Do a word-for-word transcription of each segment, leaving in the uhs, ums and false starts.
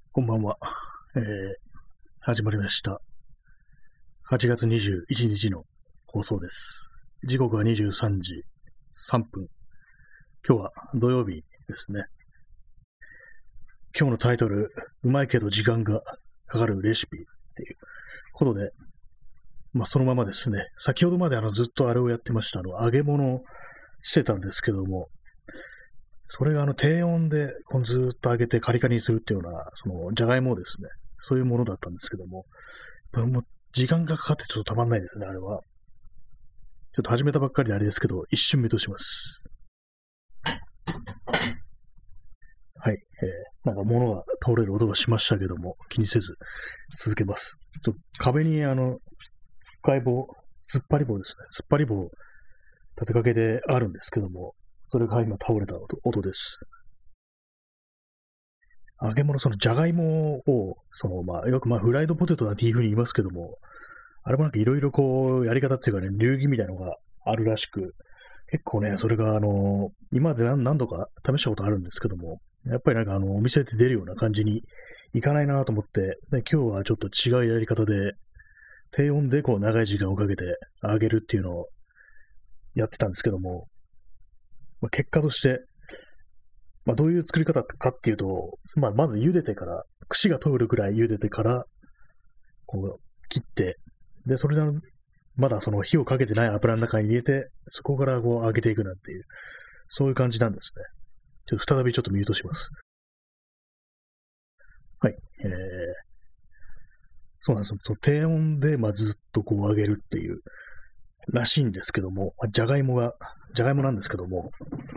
こんばんは。えー、始まりました。はちがつにじゅういちにちの放送です。時刻はにじゅうさんじさんぷん。今日は土曜日ですね。今日のタイトル、うまいけど時間がかかるレシピっていうことで、まあそのままですね、先ほどまであのずっとあれをやってました。あの揚げ物をしてたんですけども、それがあの低温でこうずーっと揚げてカリカリにするっていうような、そのじゃがいもをですね、そういうものだったんですけども、もう時間がかかってちょっとたまんないですね、あれは。ちょっと始めたばっかりであれですけど、一瞬目とします。はい。えー、なんか物が倒れる音がしましたけども、気にせず続けます。ちょっと壁にあの、突っかい棒、突っ張り棒ですね。突っ張り棒立てかけであるんですけども、それが今倒れた音音です。揚げ物、そのじゃがいもを、そのまあ、よくまあフライドポテトなんていうふうに言いますけども、あれもなんかいろいろこう、やり方っていうかね、流儀みたいなのがあるらしく、結構ね、それがあの、今まで何何度か試したことあるんですけども、やっぱりなんかあの、お店で出るような感じにいかないなと思って、で今日はちょっと違うやり方で、低温でこう長い時間をかけて揚げるっていうのをやってたんですけども、まあ、結果として、まあ、どういう作り方かっていうと、まあ、まず茹でてから、串が通るくらい茹でてから、こう、切って、で、それでまだその火をかけてない油の中に入れて、そこからこう揚げていくなんていう、そういう感じなんですね。ちょっと再びちょっとミュートします。はい。えー、そうなんですよ。その低温で、まあ、ずっとこう揚げるっていう、らしいんですけども、じゃがいもが、じゃがいもなんですけども、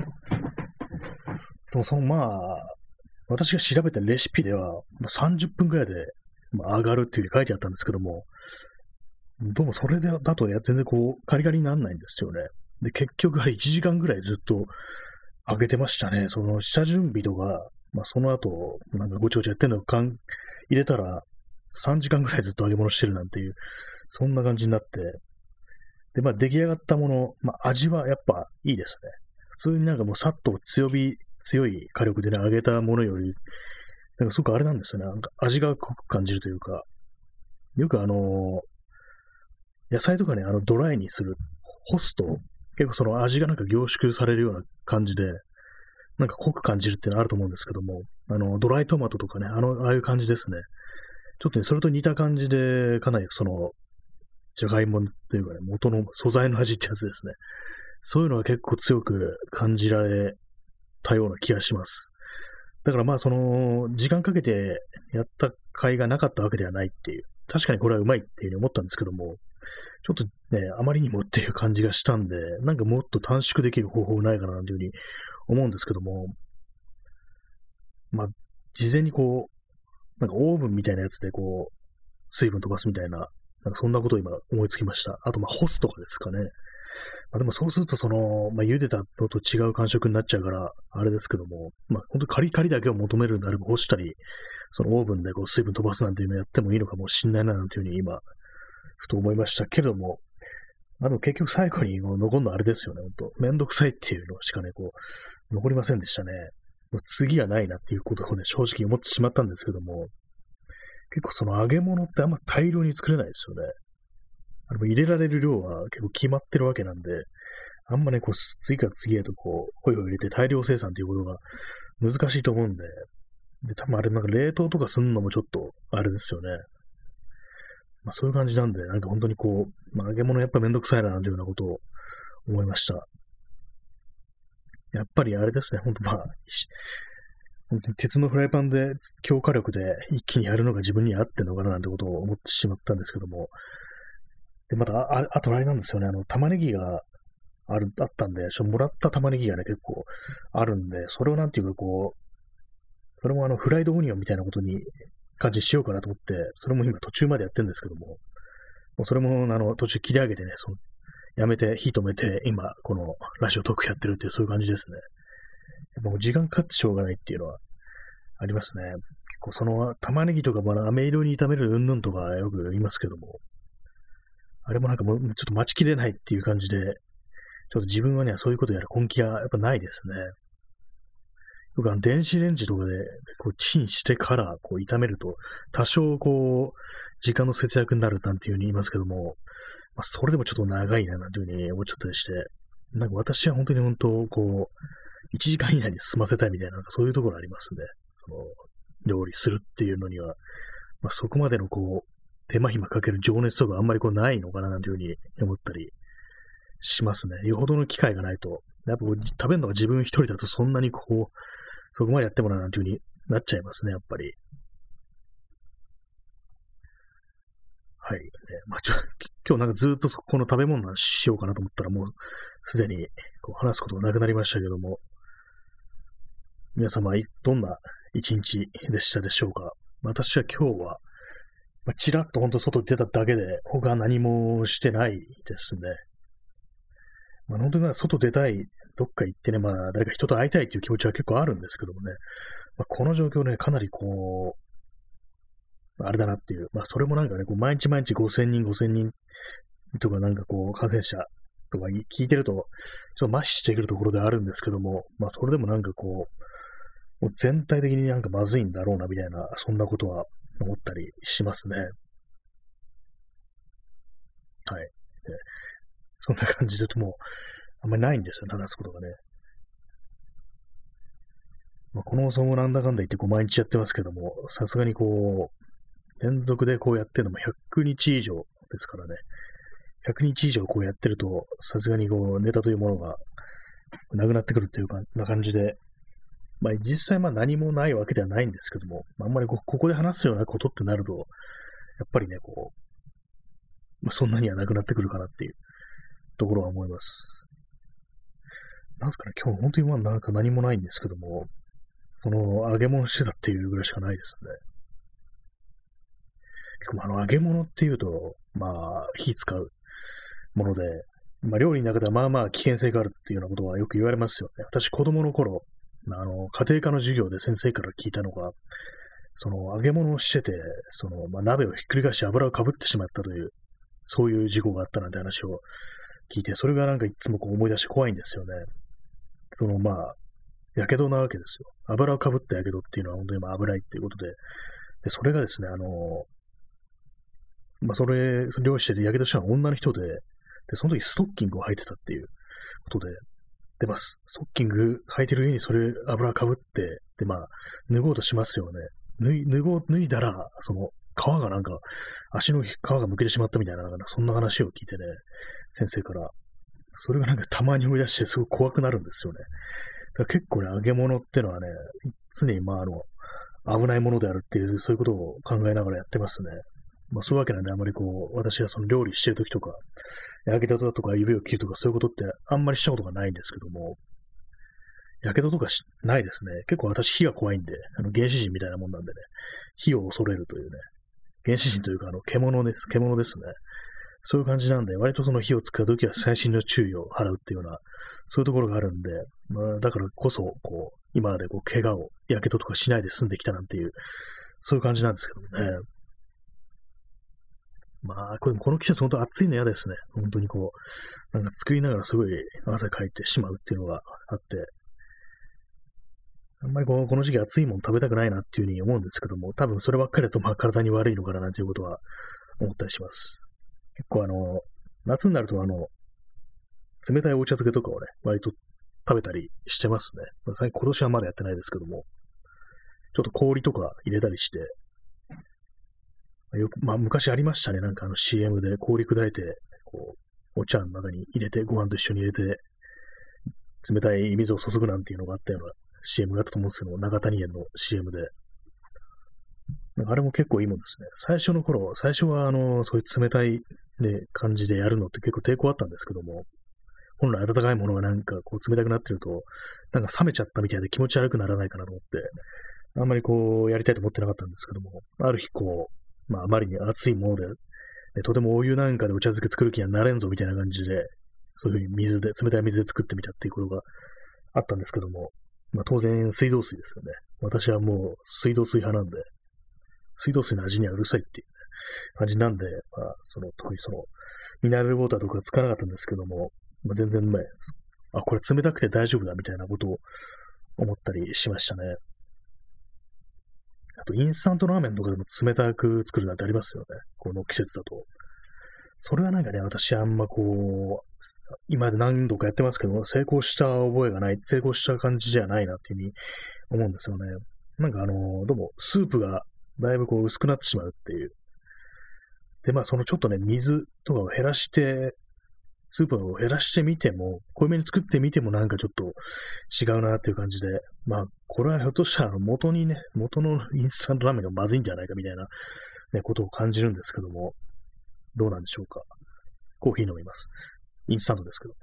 でもそのまあ、私が調べたレシピでは、まあ、さんじゅっぷんくらいで、まあ、上がるっていうふうに書いてあったんですけども、どうもそれでだと全然こう、カリカリにならないんですよね。で、結局はいちじかんぐらいずっと揚げてましたね。その下準備とか、まあその後、なんかごちゃごちゃやってんのをかん入れたら、さんじかんぐらいずっと揚げ物してるなんていう、そんな感じになって、で、まあ出来上がったもの、まあ味はやっぱいいですね。普通になんかもうさっと強火、強い火力でね、揚げたものより、なんかすごくあれなんですよね。なんか味が濃く感じるというか、よくあのー野菜とかね、あのドライにする、干すと、結構その味がなんか凝縮されるような感じで、なんか濃く感じるっていうのあると思うんですけども、あの、ドライトマトとかね、あの、ああいう感じですね。ちょっとね、それと似た感じで、かなりその、じゃがいもというかね、元の素材の味ってやつですね。そういうのは結構強く感じられたような気がします。だからまあ、その、時間かけてやった甲斐がなかったわけではないっていう。確かにこれはうまいっていうふうに思ったんですけども、ちょっとね、あまりにもっていう感じがしたんで、なんかもっと短縮できる方法ないかなというふうに思うんですけども、まあ、事前にこう、なんかオーブンみたいなやつでこう、水分飛ばすみたいな、なんかそんなことを今思いつきました。あと、まあ、干すとかですかね。まあ、でもそうすると、その、まあ、茹でたのと違う感触になっちゃうから、あれですけども、まあ、本当にカリカリだけを求めるんであれば干したり、そのオーブンでこう水分飛ばすなんていうのやってもいいのかもしんないな、なんていうふうに今、ふと思いましたけれども、まあ、でも結局最後にこう残るのはあれですよね、本当めんどくさいっていうのしかね、こう、残りませんでしたね。もう次はないなっていうことをね、正直思ってしまったんですけども、結構その揚げ物ってあんま大量に作れないですよね。あの入れられる量は結構決まってるわけなんで、あんまね、こう、次から次へとこう、ホイホイ入れて大量生産っていうことが難しいと思うんで、で、多分あれなんか冷凍とかすんのもちょっと、あれですよね。まあそういう感じなんで、なんか本当にこう、まあ揚げ物やっぱめんどくさいな、なんていうようなことを思いました。やっぱりあれですね、本当まあ、本当に鉄のフライパンで強火力で一気にやるのが自分に合ってんのかななんてことを思ってしまったんですけども、で、また、あ、あとあれなんですよね、あの、玉ねぎがある、あったんで、ちょもらった玉ねぎがね、結構あるんで、それをなんていうかこう、それもあの、フライドオニオンみたいなことに感じしようかなと思って、それも今途中までやってるんですけども、もうそれもあの、途中切り上げてね、そのやめて、火止めて、今、このラジオトークやってるっていう、そういう感じですね。もう時間かかってしょうがないっていうのはありますね。結構その玉ねぎとか、まあ、飴色に炒めるうんぬんとかよく言いますけども、あれもなんかもうちょっと待ちきれないっていう感じで、ちょっと自分はね、そういうことやる根気がやっぱないですね。 僕は電子レンジとかでこうチンしてからこう炒めると、多少こう、時間の節約になるなんていうふうに言いますけども、まあ、それでもちょっと長いななんていうふうに思っちゃったりして、なんか私は本当に本当、こう、いちじかん以内に済ませたいみたいな、なんかそういうところありますね。その、料理するっていうのには、まあ、そこまでのこう、手間暇かける情熱とかあんまりこうないのかななんていうふうに思ったりしますね。よほどの機会がないと、やっぱこう食べるのが自分一人だとそんなにこう、そこまでやってもらうなんていうふうになっちゃいますね、やっぱり。はい。ね、まあ、ちょ今日なんかずっとこの食べ物の話しようかなと思ったらもうすでにこう話すことがなくなりましたけども、皆様どんな一日でしたでしょうか。私は今日は、まあ、ちらっと本当外出ただけで他は何もしてないですね。まあ、本当に外出たい、どっか行ってね、まあ誰か人と会いたいっていう気持ちは結構あるんですけどもね、まあ、この状況ね、かなりこう、あれだなっていう、まあそれもなんかね、こう毎日毎日ごせんにん、ごせんにんとかなんかこう感染者とか聞いてると、ちょっと麻痺してくるところであるんですけども、まあそれでもなんかこう、もう全体的になんかまずいんだろうなみたいな、そんなことは思ったりしますね。はい。でそんな感じでもう、あんまりないんですよ、話すことがね。まあ、この放送もなんだかんだ言ってこう毎日やってますけども、さすがにこう、連続でこうやってるのもひゃくにち以上ですからね。ひゃくにち以上こうやってると、さすがにこうネタというものがなくなってくるというか、な感じで、まあ実際まあ何もないわけではないんですけども、あんまりこここで話すようなことってなると、やっぱりね、こう、まあ、そんなにはなくなってくるかなっていうところは思います。なんですかね、今日本当にまあなんか何もないんですけども、その揚げ物してたっていうぐらいしかないですね。結構あの揚げ物っていうと、まあ火使うもので、まあ料理の中ではまあまあ危険性があるっていうようなことはよく言われますよね。私子供の頃、あの家庭科の授業で先生から聞いたのが、その揚げ物をしてて、その、まあ、鍋をひっくり返して油をかぶってしまったという、そういう事故があったなんて話を聞いて、それがなんかいつもこう思い出して怖いんですよね。そのまあ、やけどなわけですよ。油をかぶったやけどっていうのは本当にまあ危ないっていうことで、で、それがですね、あの、まあ、それ、漁師でやけどしたのは女の人で、で、その時ストッキングを履いてたっていうことで、で、まあ、ストッキング履いてる上にそれ油かぶって、で、まあ、脱ごうとしますよね。脱い、脱ごう、脱いだら、その、皮がなんか、足の皮がむけてしまったみたいな、なんかそんな話を聞いてね、先生から、それがなんかたまに思い出してすごく怖くなるんですよね。だから結構ね、揚げ物ってのはね、常にまあ、あの、危ないものであるっていう、そういうことを考えながらやってますね。まあそういうわけなんで、あまりこう、私がその料理してるときとか、やけどとか指を切るとかそういうことってあんまりしたことがないんですけども、やけどとかしないですね。結構私火が怖いんで、あの原始人みたいなもんなんでね、火を恐れるというね、原始人というかあの獣です、獣ですね。そういう感じなんで、割とその火を使うときは細心の注意を払うっていうような、そういうところがあるんで、まあ、だからこそ、こう、今までこう、怪我を、やけどとかしないで済んできたなんていう、そういう感じなんですけどもね。まあ、これこの季節本当暑いの嫌ですね。本当にこう、なんか作りながらすごい汗かいてしまうっていうのがあって、あんまりこのこの時期暑いもの食べたくないなっていうふうに思うんですけども、多分そればっかりだとまあ体に悪いのかななんていうことは思ったりします。結構あの、夏になるとあの、冷たいお茶漬けとかをね、割と食べたりしてますね。まあ、最近今年はまだやってないですけども、ちょっと氷とか入れたりして、よく、まあ昔ありましたね。なんかあの シーエム で氷砕いて、こう、お茶の中に入れて、ご飯と一緒に入れて、冷たい水を注ぐなんていうのがあったような シーエム があったと思うんですけども、長谷園の シーエム で。なんかあれも結構いいもんですね。最初の頃、最初はあの、そういう冷たいね、感じでやるのって結構抵抗あったんですけども、本来温かいものがなんかこう冷たくなってると、なんか冷めちゃったみたいで気持ち悪くならないかなと思って、あんまりこう、やりたいと思ってなかったんですけども、ある日こう、まあ、あまりに熱いもので、でとてもお湯なんかでお茶漬け作る気にはなれんぞみたいな感じで、そういうふうに水で、冷たい水で作ってみたっていうことがあったんですけども、まあ当然水道水ですよね。私はもう水道水派なんで、水道水の味にはうるさいっていう、ね、感じなんで、まあその、特にその、ミネラルウォーターとか使わなかったんですけども、まあ、全然前、あ、これ冷たくて大丈夫だみたいなことを思ったりしましたね。あと、インスタントラーメンとかでも冷たく作るなんてありますよね。この季節だと。それはなんかね、私あんまこう、今まで何度かやってますけど、成功した覚えがない、成功した感じじゃないなっていうふうに思うんですよね。なんかあの、どうもスープがだいぶこう薄くなってしまうっていう。で、まあそのちょっとね、水とかを減らして、スープを減らしてみても、濃いめに作ってみてもなんかちょっと違うなっていう感じで、まあこれはひょっとしたら元にね、元のインスタントラーメンがまずいんじゃないかみたいな、ね、ことを感じるんですけども、どうなんでしょうか。コーヒー飲みます。インスタントですけど。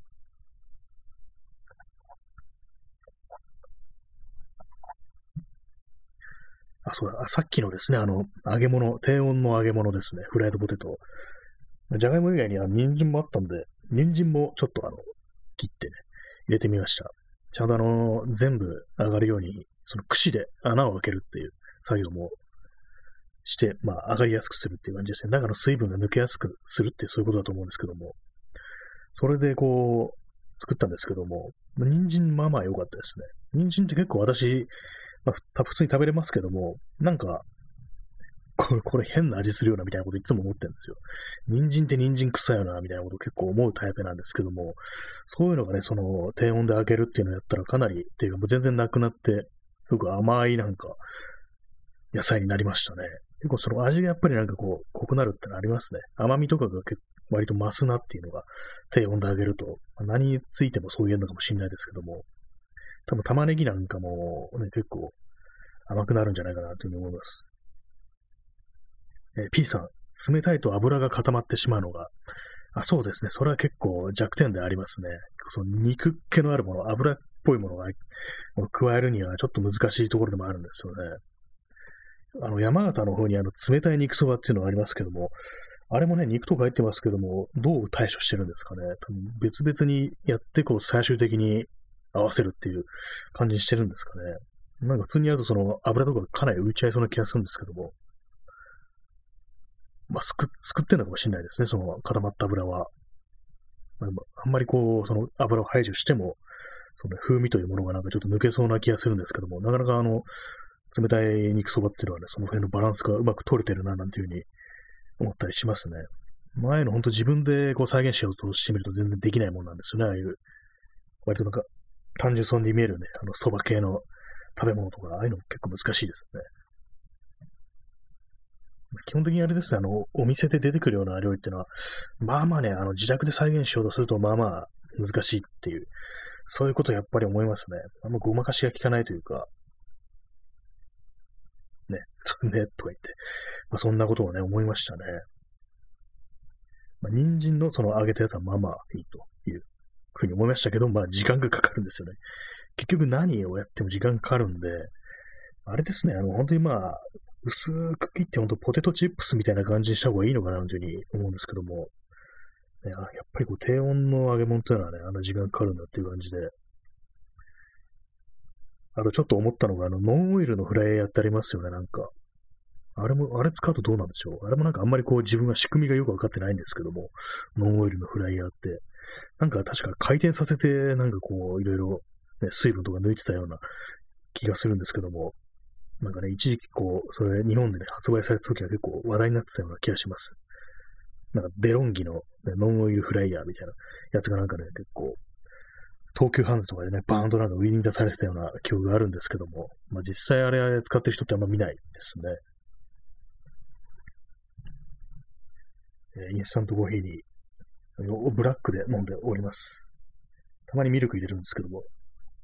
あ、そうだ。あ、さっきのですね、あの、揚げ物、低温の揚げ物ですね。フライドポテト。じゃがいも以外には人参もあったんで、人参もちょっとあの、切ってね、入れてみました。ちゃんとあの、全部上がるように、その串で穴を開けるっていう作業もして、まあ、上がりやすくするっていう感じですね。中の水分が抜けやすくするってそういうことだと思うんですけども、それでこう、作ったんですけども、人参まあまあ良かったですね。人参って結構私、まあ、普通に食べれますけども、なんか、これ、これ変な味するようなみたいなこといつも思ってるんですよ。人参って人参臭いよな、みたいなこと結構思うタイプなんですけども、そういうのがね、その、低温で揚げるっていうのをやったらかなり、っていうかもう全然なくなって、すごく甘いなんか、野菜になりましたね。結構その味がやっぱりなんかこう、濃くなるってのありますね。甘みとかが結構割と増すなっていうのが、低温で揚げると、まあ何についてもそう言えるのかもしれないですけども、多分玉ねぎなんかもね、結構甘くなるんじゃないかなというふうに思います。えー P さん、冷たいと油が固まってしまうのが、あ、そうですね。それは結構弱点でありますね。その肉っ気のあるもの、油っぽいものがを加えるにはちょっと難しいところでもあるんですよね。あの、山形の方にあの、冷たい肉そばっていうのがありますけども、あれもね、肉とか入ってますけども、どう対処してるんですかね。多分別々にやって、こう、最終的に合わせるっていう感じにしてるんですかね。なんか普通にやるとその油とかかなり浮いちゃいそうな気がするんですけども、まあ、すく、すくってんのかもしれないですね、その固まった油は。まあ、あんまりこう、その油を排除しても、その風味というものがなんかちょっと抜けそうな気がするんですけども、なかなかあの、冷たい肉そばっていうのはね、その辺のバランスがうまく取れてるな、なんていうふうに思ったりしますね。前の本当自分でこう再現しようとしてみると全然できないもんなんですよね、ああいう、割となんか単純そうに見えるね、あの、そば系の食べ物とか、ああいうの結構難しいですね。基本的にあれですね、あの、お店で出てくるような料理っていうのは、まあまあね、あの、自宅で再現しようとすると、まあまあ難しいっていう、そういうことをやっぱり思いますね。あんまごまかしが効かないというか、ね、ね、とか言って、まあ、そんなことをね、思いましたね。まあ、人参のその揚げたやつはまあまあいいというふうに思いましたけど、まあ時間がかかるんですよね。結局何をやっても時間かかるんで、あれですね、あの、本当にまあ、薄く切って本当ポテトチップスみたいな感じにした方がいいのかなというふうに思うんですけども、ね、あやっぱりこう低温の揚げ物っていうのはね、あんな時間かかるんだっていう感じで、あとちょっと思ったのが、あの、ノンオイルのフライヤーやってありますよね、なんか。あれも、あれ使うとどうなんでしょう。あれもなんかあんまりこう自分は仕組みがよくわかってないんですけども、ノンオイルのフライヤーって。なんか確か回転させて、なんかこう、いろいろ、ね、水分とか抜いてたような気がするんですけども、なんかね、一時期こう、それ日本でね、発売された時は結構話題になってたような気がします。なんかデロンギの、ね、ノンオイルフライヤーみたいなやつがなんかね、結構、東急ハンズとかでね、バーンとなんか売りに出されてたような記憶があるんですけども、まあ実際あれ使ってる人ってあんま見ないですね。えーインスタントコーヒーに、ブラックで飲んでおります。たまにミルク入れるんですけども、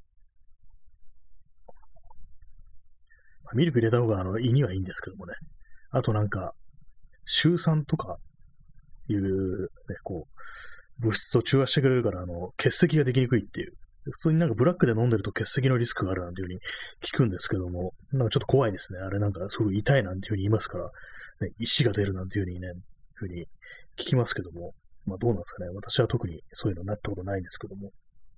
まあミルク入れた方があの胃にはいいんですけどもね。あとなんか、シュウ酸とかいう、ね、こう、物質を中和してくれるから、あの、結石ができにくいっていう。普通になんかブラックで飲んでると結石のリスクがあるなんていうふうに聞くんですけども、なんかちょっと怖いですね。あれなんかすごい痛いなんていうふうに言いますから、ね、石が出るなんていうふうにね、ふうに聞きますけども、まあどうなんですかね。私は特にそういうのなったことないんですけども。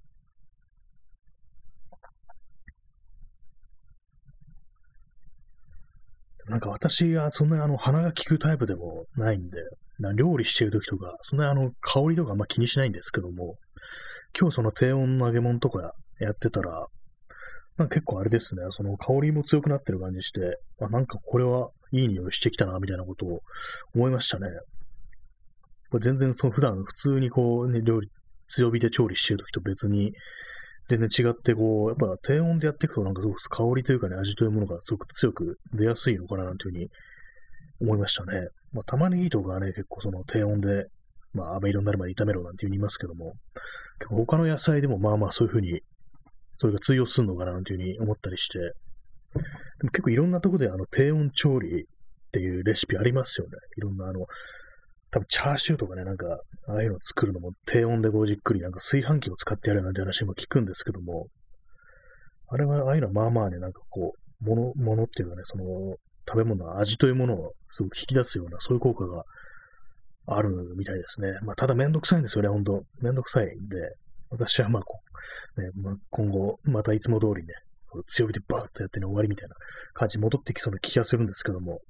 なんか私はそんなにあの鼻が利くタイプでもないんで、な料理してるときとか、そんなにあの香りとかあんま気にしないんですけども、今日その低温の揚げ物とかやってたら、 なんか結構あれですね、その香りも強くなってる感じして、あ、なんかこれはいい匂いしてきたな、みたいなことを思いましたね。これ全然その普段普通にこうね、料理、強火で調理してるときと別に全然違って、こう、やっぱ低温でやっていくとなんかすごく香りというかね、味というものがすごく強く出やすいのかな、なんていうふうに思いましたね。まあ、玉ねぎとかね、結構その低温で、まあ、飴色になるまで炒めろなんていうふうに言いますけども、結構他の野菜でもまあまあそういうふうに、それが通用するのかな、なんていうふうに思ったりして、でも結構いろんなところであの低温調理っていうレシピありますよね。いろんなあの、多分チャーシューとかね、なんか、ああいうの作るのも低温でこうじっくり、なんか炊飯器を使ってやるなんて話も聞くんですけども、あれは、ああいうのはまあまあね、なんかこう、もの、ものっていうかね、その、食べ物の味というものをすごく引き出すような、そういう効果があるみたいですね。まあ、ただめんどくさいんですよね、ほんと。めんどくさいんで、私はまあ、こう、ね、まあ、今後、またいつも通りね、強火でバーッとやってね、終わりみたいな感じに戻ってきそうな気がするんですけども、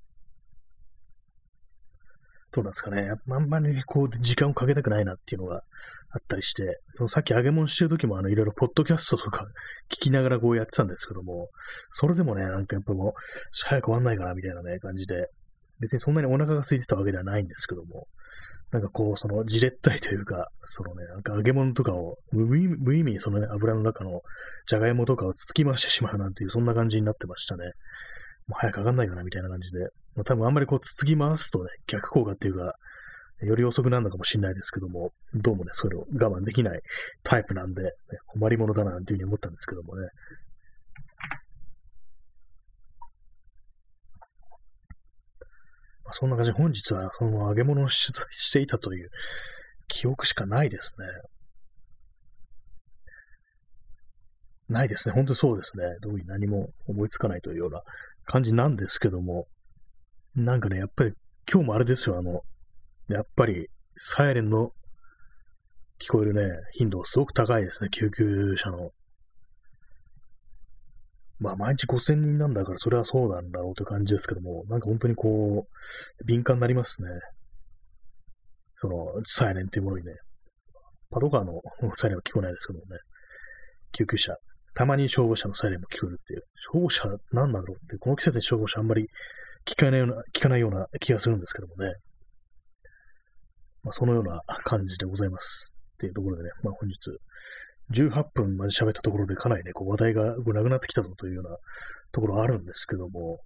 どうなんですかね。あんまりこう、時間をかけたくないなっていうのがあったりして、そのさっき揚げ物してる時もあの、いろいろポッドキャストとか聞きながらこうやってたんですけども、それでもね、なんかやっぱもう、早く終わんないかなみたいなね、感じで、別にそんなにお腹が空いてたわけではないんですけども、なんかこう、その、じれったいというか、そのね、なんか揚げ物とかを無意味無意味にそのね、油の中のじゃがいもとかをつつき回してしまうなんていう、そんな感じになってましたね。もう早く上がんないかなみたいな感じで。まあ、多分あんまりこう、つつき回すとね、逆効果っていうか、より遅くなるのかもしれないですけども、どうもね、それを我慢できないタイプなんで、ね、困りものだななんていうふうに思ったんですけどもね。まあ、そんな感じで本日はその揚げ物をししていたという記憶しかないですね。ないですね。本当にそうですね。特に何も思いつかないというような感じなんですけども、なんかね、やっぱり今日もあれですよ、あの、やっぱりサイレンの聞こえるね、頻度すごく高いですね、救急車の。まあ、毎日ごせんにんなんだから、それはそうなんだろうという感じですけども、なんか本当にこう、敏感になりますね。その、サイレンっていうものにね。パトカーのサイレンは聞こえないですけどもね。救急車。たまに消防車のサイレンも聞こえるっていう。消防車なんだろうって、この季節に消防車あんまり聞かないような、聞かないような気がするんですけどもね。まあ、そのような感じでございます。っていうところでね、まあ本日、じゅうはっぷんまで喋ったところでかなりね、こう話題がこうなくなってきたぞというようなところあるんですけども、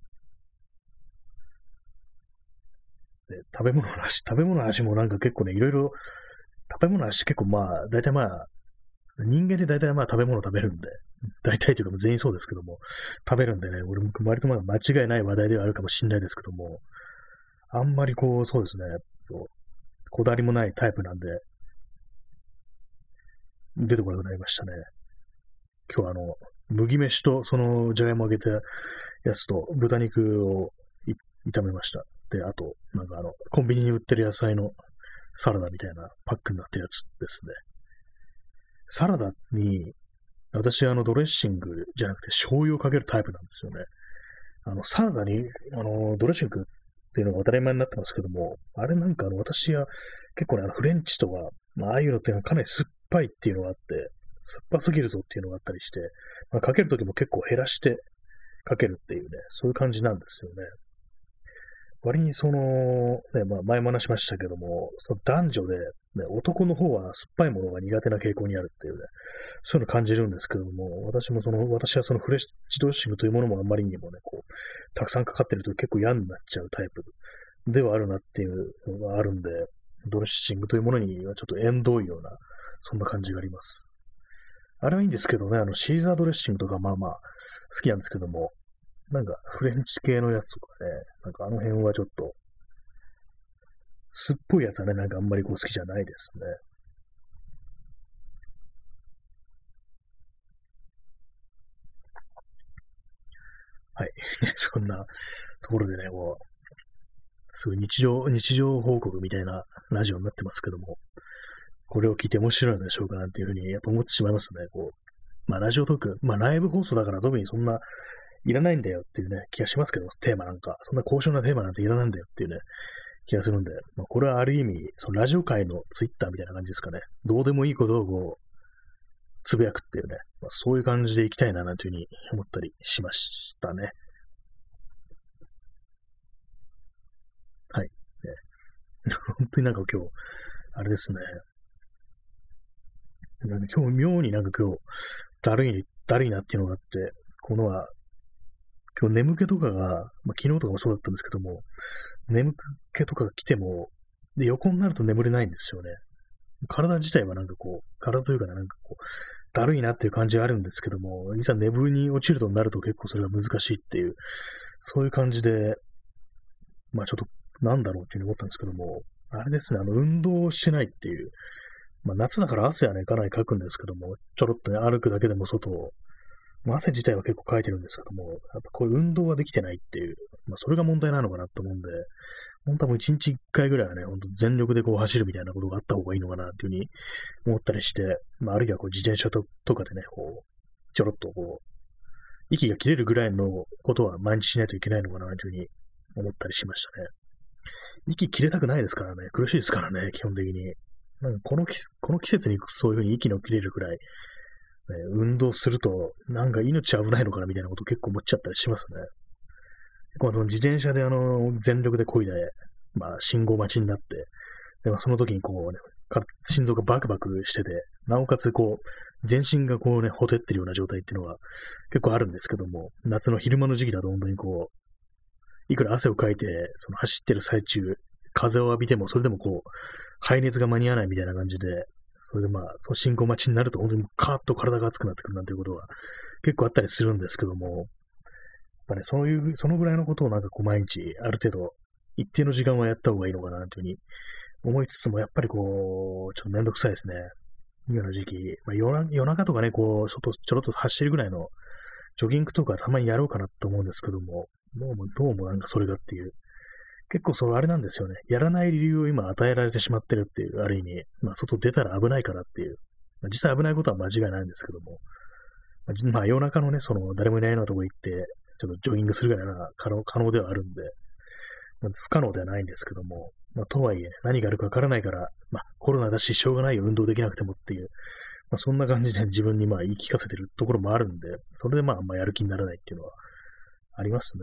で食べ物の話、食べ物の話もなんか結構ね、いろいろ、食べ物の話結構まあ、大体まあ、人間で大体まあ食べ物食べるんで、大体というか全員そうですけども、食べるんでね、俺も割とまあ間違いない話題ではあるかもしれないですけども、あんまりこう、そうですね、こだわりもないタイプなんで、出てこなくなりましたね。今日はあの、麦飯とそのじゃがいも揚げたやつと豚肉を炒めました。で、あと、なんかあの、コンビニに売ってる野菜のサラダみたいなパックになってるやつですね。サラダに、私あのドレッシングじゃなくて醤油をかけるタイプなんですよね。あの、サラダに、あの、ドレッシングっていうのが当たり前になってますけども、あれなんかあの、私は結構ね、あの、フレンチとか、まあ、ああいうのってかなり酸っぱいっていうのがあって、酸っぱすぎるぞっていうのがあったりして、まあ、かけるときも結構減らしてかけるっていうね、そういう感じなんですよね。割にその、ね、まあ前も話しましたけども、その男女で、ね、男の方は酸っぱいものが苦手な傾向にあるっていうね、そういうの感じるんですけども、私もその、私はそのフレッシュドレッシングというものもあまりにもね、こう、たくさんかかってると結構嫌になっちゃうタイプではあるなっていうのがあるんで、ドレッシングというものにはちょっと縁遠いような、そんな感じがあります。あれはいいんですけどね、あの、シーザードレッシングとかまあまあ好きなんですけども、なんかフレンチ系のやつとかね、なんかあの辺はちょっと、酸っぽいやつはね、なんかあんまりこう好きじゃないですね。はい。そんなところでね、こう、すごい日常、日常報告みたいなラジオになってますけども、これを聞いて面白いのでしょうかなんていうふうにやっぱ思ってしまいますね。こう、まあラジオトーク、まあライブ放送だから特にそんないらないんだよっていうね、気がしますけど、テーマなんか、そんな高尚なテーマなんていらないんだよっていうね、気がするんで、まあ、これはある意味、そのラジオ界のツイッターみたいな感じですかね。どうでもいいことをこう、 つぶやくっていうね、まあ、そういう感じでいきたいな、なんていうふうに思ったりしましたね。はい。ね、本当になんか今日、あれですね。なんか今日、妙になんか今日、だるい、だるいなっていうのがあって、このは、今日眠気とかが、まあ、昨日とかもそうだったんですけども、眠気とかが来ても、で、横になると眠れないんですよね。体自体はなんかこう、体というかね、なんかこう、だるいなっていう感じがあるんですけども、いざ眠りに落ちるとなると結構それが難しいっていう、そういう感じで、まあちょっと、なんだろうっていうふうに思ったんですけども、あれですね、あの、運動をしないっていう、まあ夏だから汗はね、かなりかくんですけども、ちょろっとね、歩くだけでも外を、まあ、汗自体は結構かいてるんですけども、やっぱこういう運動ができてないっていう、まあそれが問題なのかなと思うんで、本当はもう一日一回ぐらいはね、本当全力でこう走るみたいなことがあった方がいいのかなっていうふうに思ったりして、まあ、あるいはこう自転車ととかでね、こう、ちょろっとこう、息が切れるぐらいのことは毎日しないといけないのかなというふうに思ったりしましたね。息切れたくないですからね、苦しいですからね、基本的に。なんかこの季この季節にそういうふうに息の切れるくらい、ね、運動すると、なんか命危ないのかなみたいなことを結構思っちゃったりしますね。まあ、その自転車であの、全力で漕いで、まあ、信号待ちになって、で、まあ、その時にこうね、心臓がバクバクしてて、なおかつこう、全身がこうね、ほてってるような状態っていうのが結構あるんですけども、夏の昼間の時期だと本当にこう、いくら汗をかいて、その走ってる最中、風を浴びても、それでもこう、排熱が間に合わないみたいな感じで、それでまあ、その信号待ちになると本当にカーッと体が熱くなってくるなんていうことが結構あったりするんですけども、やっぱね、そういう、そのぐらいのことをなんかこう毎日ある程度一定の時間はやった方がいいのかなというふうに思いつつも、やっぱりこう、ちょっとめんどくさいですね。今の時期、まあ、夜夜中とかね、こう、外ちょろっと走るぐらいのジョギングとかたまにやろうかなと思うんですけども、どうも、どうもなんかそれがっていう、結構それあれなんですよね。やらない理由を今与えられてしまってるっていう、ある意味、まあ外出たら危ないからっていう、まあ、実際危ないことは間違いないんですけども、まあ夜中のね、その誰もいないようなとこ行って、ちょっとジョギングするぐらいなら可能可能ではあるんで、まあ、不可能ではないんですけども、まあ、とはいえ、ね、何があるかわからないから、まあ、コロナだし、しょうがないよ、運動できなくてもっていう、まあ、そんな感じで自分にまあ言い聞かせてるところもあるんで、それでまあ、あんまやる気にならないっていうのはありますね。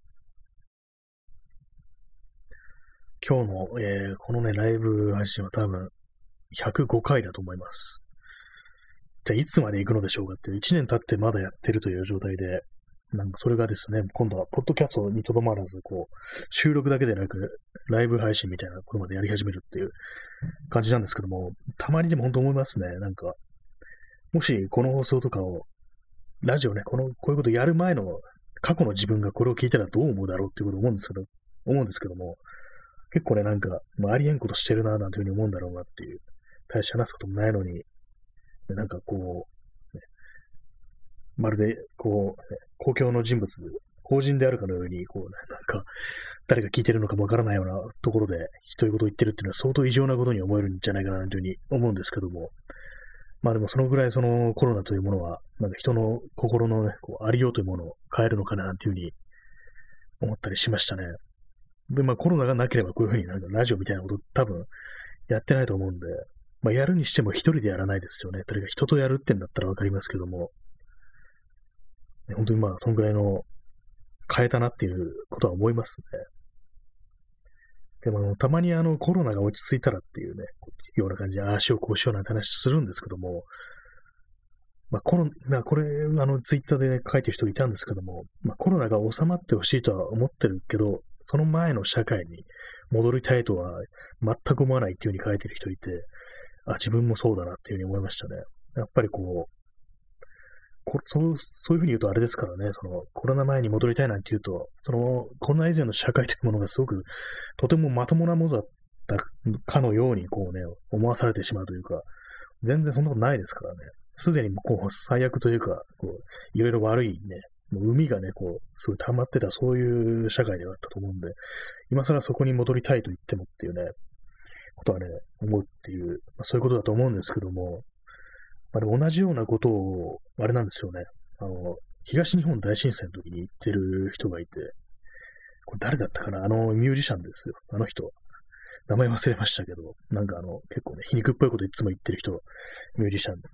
今日の、えー、このね、ライブ配信は多分、ひゃくごかいだと思います。じゃあ、いつまで行くのでしょうかっていう、いちねん経ってまだやってるという状態で、なんかそれがですね、今度はポッドキャストにとどまらず、こう、収録だけでなく、ライブ配信みたいなことまでやり始めるっていう感じなんですけども、たまにでも本当思いますね。なんか、もしこの放送とかを、ラジオね、この、こういうことやる前の過去の自分がこれを聞いたらどう思うだろうっていうことを思うんですけど、思うんですけども、結構ね、なんか、まあ、ありえんことしてるな、なんていうふうに思うんだろうなっていう、大して話すこともないのに、なんかこう、ね、まるで、こう、ね、公共の人物、法人であるかのように、こう、ね、なんか、誰が聞いてるのかもわからないようなところで、独り言言ってるっていうのは相当異常なことに思えるんじゃないかな、というふうに思うんですけども、まあでもそのぐらいそのコロナというものは、なんか人の心のね、こうありようというものを変えるのかな、というふうに思ったりしましたね。で、まあコロナがなければこういうふうになんかラジオみたいなこと多分やってないと思うんで、まあやるにしても一人でやらないですよね。誰か人とやるってんだったらわかりますけども、本当にまあそのぐらいの変えたなっていうことは思いますね。でもあの、たまにあのコロナが落ち着いたらっていうね、ような感じで、ああしようこうしようなんて話するんですけども、まあコロナ、これ、あの、ツイッターで、ね、書いてる人いたんですけども、まあコロナが収まってほしいとは思ってるけど、その前の社会に戻りたいとは全く思わないっていう風に書いてる人いて、あ、自分もそうだなっていう風に思いましたね。やっぱりこう、こそう、そういうふうに言うとあれですからね、そのコロナ前に戻りたいなんて言うと、そのコロナ以前の社会というものがすごくとてもまともなものだったかのようにこうね、思わされてしまうというか、全然そんなことないですからね。すでにこう最悪というか、こういろいろ悪いね、もう海がね、こう、すごい溜まってたそういう社会ではあったと思うんで、今更そこに戻りたいと言ってもっていうね、ことはね、思うっていう、まあ、そういうことだと思うんですけども、まあ、でも同じようなことを、あれなんですよね。あの、東日本大震災の時に言ってる人がいて、これ誰だったかな、あのミュージシャンですよ。あの人。名前忘れましたけど、なんかあの、結構ね、皮肉っぽいこといつも言ってる人、ミュージシャン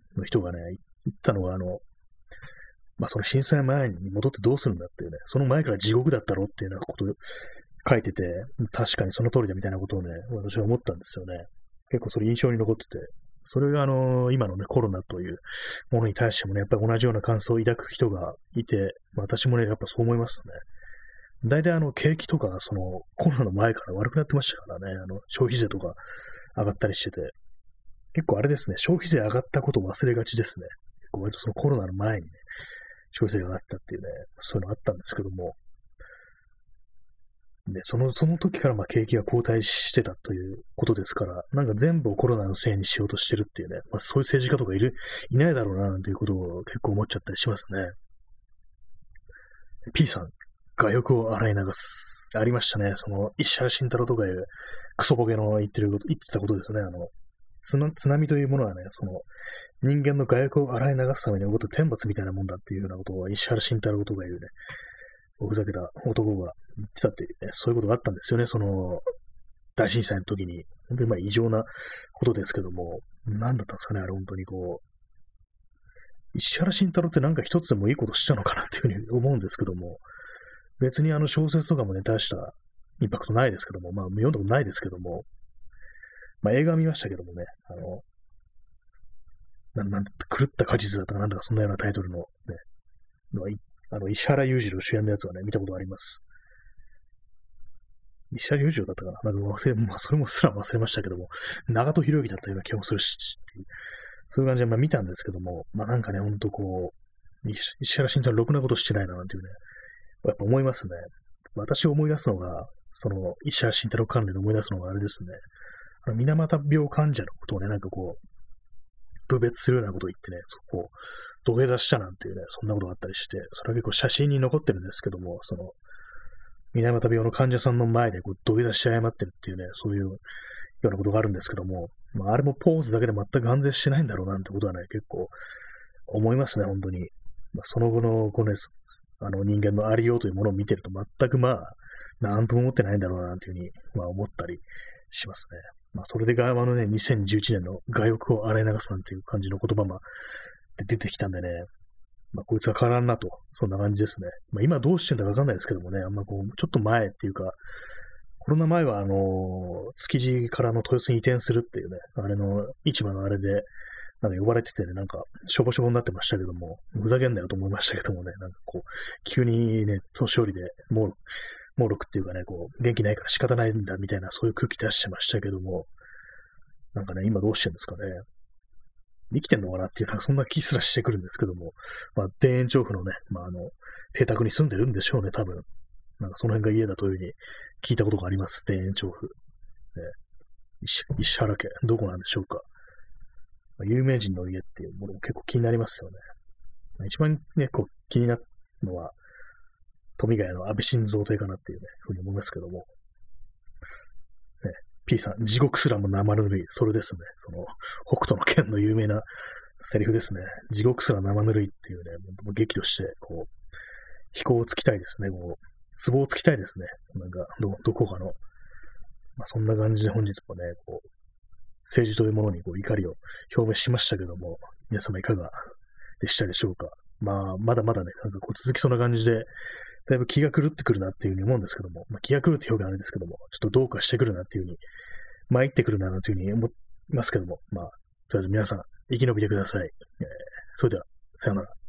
の人がね、言ったのが、あの、まあ、その震災前に戻ってどうするんだっていうね、その前から地獄だったろっていうようなことを書いてて、確かにその通りだみたいなことをね、私は思ったんですよね。結構それ印象に残ってて、それがあの、今のね、コロナというものに対してもね、やっぱり同じような感想を抱く人がいて、私もね、やっぱそう思いますね。大体あの、景気とか、その、コロナの前から悪くなってましたからね、あの、消費税とか上がったりしてて、結構あれですね、消費税上がったことを忘れがちですね。結構割とそのコロナの前にね、消費税が上がったっていうね、そういうのあったんですけども、で、その、その時からまあ景気が後退してたということですから、なんか全部をコロナのせいにしようとしてるっていうね、まあそういう政治家とかいる、いないだろうな、なんていうことを結構思っちゃったりしますね。P さん、我欲を洗い流す。ありましたね。その、石原慎太郎とかいうクソボケの言ってること、言ってたことですね。あの、津な津波というものはね、その、人間の我欲を洗い流すために起こった天罰みたいなもんだっていうようなことを石原慎太郎とかいうね、ふざけた男が言ってたっていうね、そういうことがあったんですよね。その、大震災の時に。本当にまあ異常なことですけども、何だったんですかね、あれ本当にこう、石原慎太郎ってなんか一つでもいいことしたのかなっていうふうに思うんですけども、別にあの小説とかもね、大したインパクトないですけども、まあ読んだことないですけども、まあ映画見ましたけどもね、あの、なんなん狂った果実だとかなんだかそんなようなタイトルのね、のあの、石原裕次郎主演のやつはね、見たことあります。石原裕次郎だったかななんか忘れ、まあそれもすら忘れましたけども、長門博之だったような気もするし、そういう感じでまあ見たんですけども、まあなんかね、ほんとこう、石原慎太郎ろくなことしてないななんていうね、やっぱ思いますね。私を思い出すのが、その、石原慎太郎関連で思い出すのがあれですね。あの、水俣病患者のことをね、なんかこう、分別するようなことを言ってね、そこを土下座したなんていうね、そんなことがあったりして、それは結構写真に残ってるんですけども、その、水俣病の患者さんの前でこう土下座して謝ってるっていうね、そういうようなことがあるんですけども、まあ、あれもポーズだけで全く安全してないんだろうなんてことはね、結構思いますね、本当に。まあ、その後の、このね、あの人間のありようというものを見てると全くまあ、なんとも思ってないんだろうな、なんていうふうに、まあ思ったりしますね。まあ、それで側のね、にせんじゅういちねんの我欲を洗い流すなんていう感じの言葉も出てきたんでね、まあ、こいつは変わらんなと、そんな感じですね。まあ、今どうしてんだかわかんないですけどもね、あんまこう、ちょっと前っていうか、コロナ前は、あのー築地からの豊洲に移転するっていうね、あれの市場のあれで、なんか呼ばれててね、なんか、しょぼしょぼになってましたけども、ふざけんなよと思いましたけどもね、なんかこう、急にね、年寄りで、もう、もうろくっていうかね、こう、元気ないから仕方ないんだみたいな、そういう空気出してましたけども、なんかね、今どうしてんですかね。生きてんのかなっていう、なんかそんな気すらしてくるんですけども、まあ、田園調布のね、まあ、あの、邸宅に住んでるんでしょうね、多分。なんかその辺が家だというふうに聞いたことがあります、田園調布。ね、石石原家、どこなんでしょうか。まあ、有名人の家っていうものも結構気になりますよね。まあ、一番ね、こう気になるのは、富ヶ谷の安倍晋三邸かなっていうね、ふうに思いますけども。ね、P さん、地獄すらも生ぬるい。それですね。その、北斗の拳の有名なセリフですね。地獄すら生ぬるいっていうね、もう激怒して、こう、飛行をつきたいですね。こう、壺をつきたいですね。なんか、ど、どこかの。まあ、そんな感じで本日もね、こう、政治というものにこう怒りを表明しましたけども、皆様いかがでしたでしょうか。まあ、まだまだね、なんかこう続きそうな感じで、だいぶ気が狂ってくるなっていうふうに思うんですけども、まあ、気が狂うって表現あれですけども、ちょっとどうかしてくるなっていうふうに、参ってくるなというふうに思いますけども、まあ、とりあえず皆さん、生き延びてください。えー、それでは、さようなら。